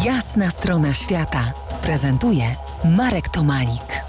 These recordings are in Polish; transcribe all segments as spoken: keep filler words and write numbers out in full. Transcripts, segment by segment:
Jasna strona świata prezentuje Marek Tomalik.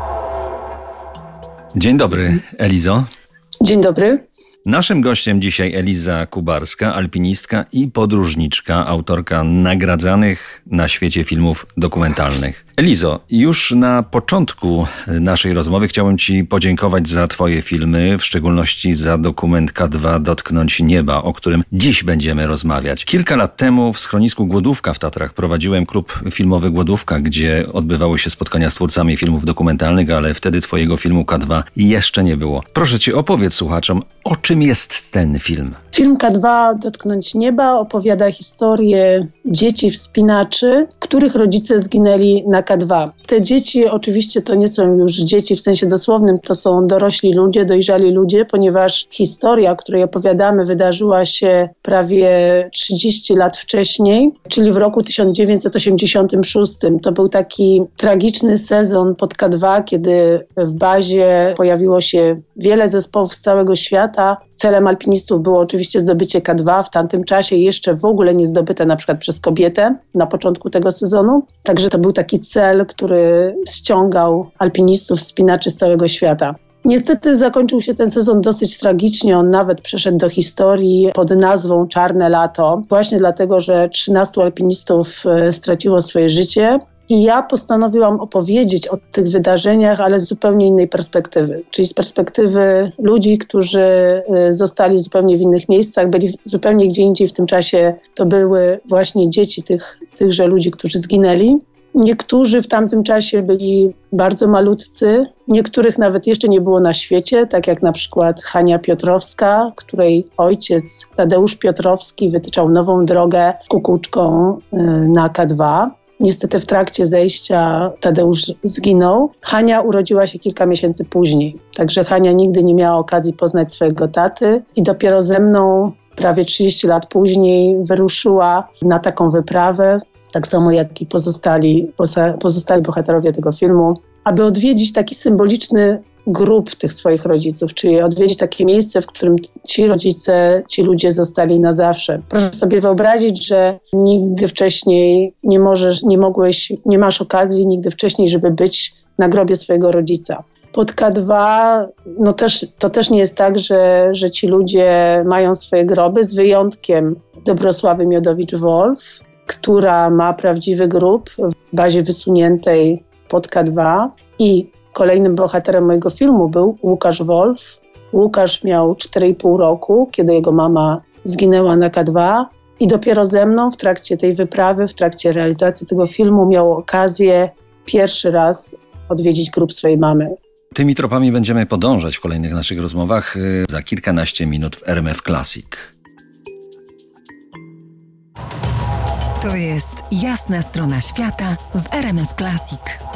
Dzień dobry, Elizo. Dzień dobry. Naszym gościem dzisiaj Eliza Kubarska, alpinistka i podróżniczka, autorka nagradzanych na świecie filmów dokumentalnych. Elizo, już na początku naszej rozmowy chciałem Ci podziękować za Twoje filmy, w szczególności za dokument K dwa Dotknąć Nieba, o którym dziś będziemy rozmawiać. Kilka lat temu w schronisku Głodówka w Tatrach prowadziłem klub filmowy Głodówka, gdzie odbywały się spotkania z twórcami filmów dokumentalnych, ale wtedy Twojego filmu K dwa jeszcze nie było. Proszę Cię, opowiedz słuchaczom, o czym jest ten film? Film K dwa Dotknąć Nieba opowiada historię dzieci wspinaczy, których rodzice zginęli na K dwa. Te dzieci oczywiście to nie są już dzieci w sensie dosłownym, to są dorośli ludzie, dojrzali ludzie, ponieważ historia, o której opowiadamy, wydarzyła się prawie trzydzieści lat wcześniej, czyli w roku tysiąc dziewięćset osiemdziesiątym szóstym. To był taki tragiczny sezon pod K dwa, kiedy w bazie pojawiło się wiele zespołów z całego świata. Celem alpinistów było oczywiście zdobycie K dwa, w tamtym czasie jeszcze w ogóle nie zdobyte na przykład przez kobietę na początku tego sezonu. Także to był taki cel, który ściągał alpinistów, wspinaczy z całego świata. Niestety zakończył się ten sezon dosyć tragicznie, on nawet przeszedł do historii pod nazwą Czarne Lato, właśnie dlatego, że trzynastu alpinistów straciło swoje życie. I ja postanowiłam opowiedzieć o tych wydarzeniach, ale z zupełnie innej perspektywy. Czyli z perspektywy ludzi, którzy zostali zupełnie w innych miejscach, byli zupełnie gdzie indziej w tym czasie. To były właśnie dzieci tych, tychże ludzi, którzy zginęli. Niektórzy w tamtym czasie byli bardzo malutcy, niektórych nawet jeszcze nie było na świecie, tak jak na przykład Hania Piotrowska, której ojciec Tadeusz Piotrowski wytyczał nową drogę kukuczką na K dwa. Niestety w trakcie zejścia Tadeusz zginął. Hania urodziła się kilka miesięcy później, także Hania nigdy nie miała okazji poznać swojego taty i dopiero ze mną prawie trzydzieści lat później wyruszyła na taką wyprawę, tak samo jak i pozostali, pozostali bohaterowie tego filmu, aby odwiedzić taki symboliczny grób tych swoich rodziców, czyli odwiedzić takie miejsce, w którym ci rodzice, ci ludzie zostali na zawsze. Proszę sobie wyobrazić, że nigdy wcześniej nie możesz, nie mogłeś, nie masz okazji nigdy wcześniej, żeby być na grobie swojego rodzica. Pod K dwa no też, to też nie jest tak, że, że ci ludzie mają swoje groby, z wyjątkiem Dobrosławy Miodowicz-Wolf, która ma prawdziwy grób w bazie wysuniętej pod K dwa i kolejnym bohaterem mojego filmu był Łukasz Wolf. Łukasz miał cztery i pół roku, kiedy jego mama zginęła na K dwa i dopiero ze mną w trakcie tej wyprawy, w trakcie realizacji tego filmu miał okazję pierwszy raz odwiedzić grób swojej mamy. Tymi tropami będziemy podążać w kolejnych naszych rozmowach za kilkanaście minut w R M F Classic. To jest Jasna strona świata w R M F Classic.